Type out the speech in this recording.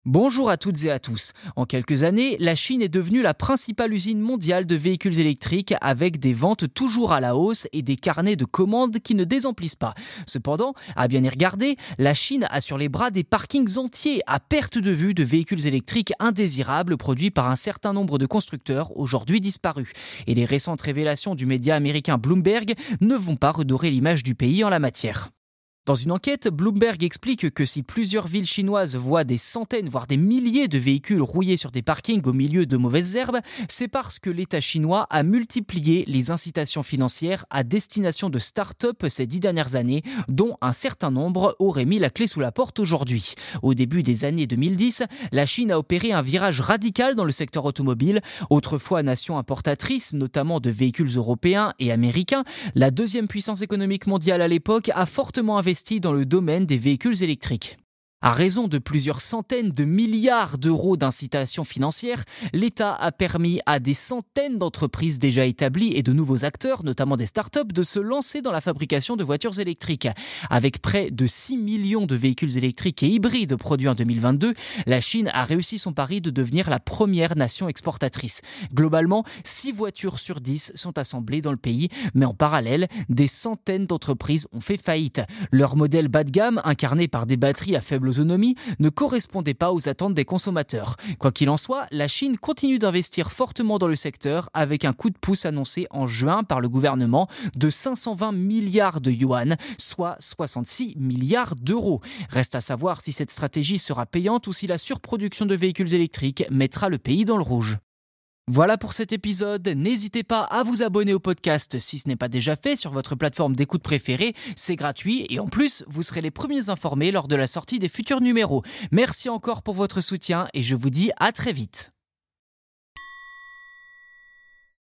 Bonjour à toutes et à tous. En quelques années, la Chine est devenue la principale usine mondiale de véhicules électriques avec des ventes toujours à la hausse et des carnets de commandes qui ne désemplissent pas. Cependant, à bien y regarder, la Chine a sur les bras des parkings entiers à perte de vue de véhicules électriques indésirables produits par un certain nombre de constructeurs aujourd'hui disparus. Et les récentes révélations du média américain Bloomberg ne vont pas redorer l'image du pays en la matière. Dans une enquête, Bloomberg explique que si plusieurs villes chinoises voient des centaines, voire des milliers de véhicules rouillés sur des parkings au milieu de mauvaises herbes, c'est parce que l'État chinois a multiplié les incitations financières à destination de start-up ces 10 dernières années, dont un certain nombre auraient mis la clé sous la porte aujourd'hui. Au début des années 2010, la Chine a opéré un virage radical dans le secteur automobile. Autrefois nation importatrice, notamment de véhicules européens et américains, la deuxième puissance économique mondiale à l'époque a fortement investi dans le domaine des véhicules électriques. À raison de plusieurs centaines de milliards d'euros d'incitations financières, l'État a permis à des centaines d'entreprises déjà établies et de nouveaux acteurs, notamment des startups, de se lancer dans la fabrication de voitures électriques. Avec près de 6 millions de véhicules électriques et hybrides produits en 2022, la Chine a réussi son pari de devenir la première nation exportatrice. Globalement, 6 voitures sur 10 sont assemblées dans le pays, mais en parallèle, des centaines d'entreprises ont fait faillite. Leur modèle bas de gamme, incarné par des batteries à faible autonomie, ne correspondait pas aux attentes des consommateurs. Quoi qu'il en soit, la Chine continue d'investir fortement dans le secteur avec un coup de pouce annoncé en juin par le gouvernement de 520 milliards de yuan, soit 66 milliards d'euros. Reste à savoir si cette stratégie sera payante ou si la surproduction de véhicules électriques mettra le pays dans le rouge. Voilà pour cet épisode, n'hésitez pas à vous abonner au podcast si ce n'est pas déjà fait sur votre plateforme d'écoute préférée, c'est gratuit et en plus vous serez les premiers informés lors de la sortie des futurs numéros. Merci encore pour votre soutien et je vous dis à très vite.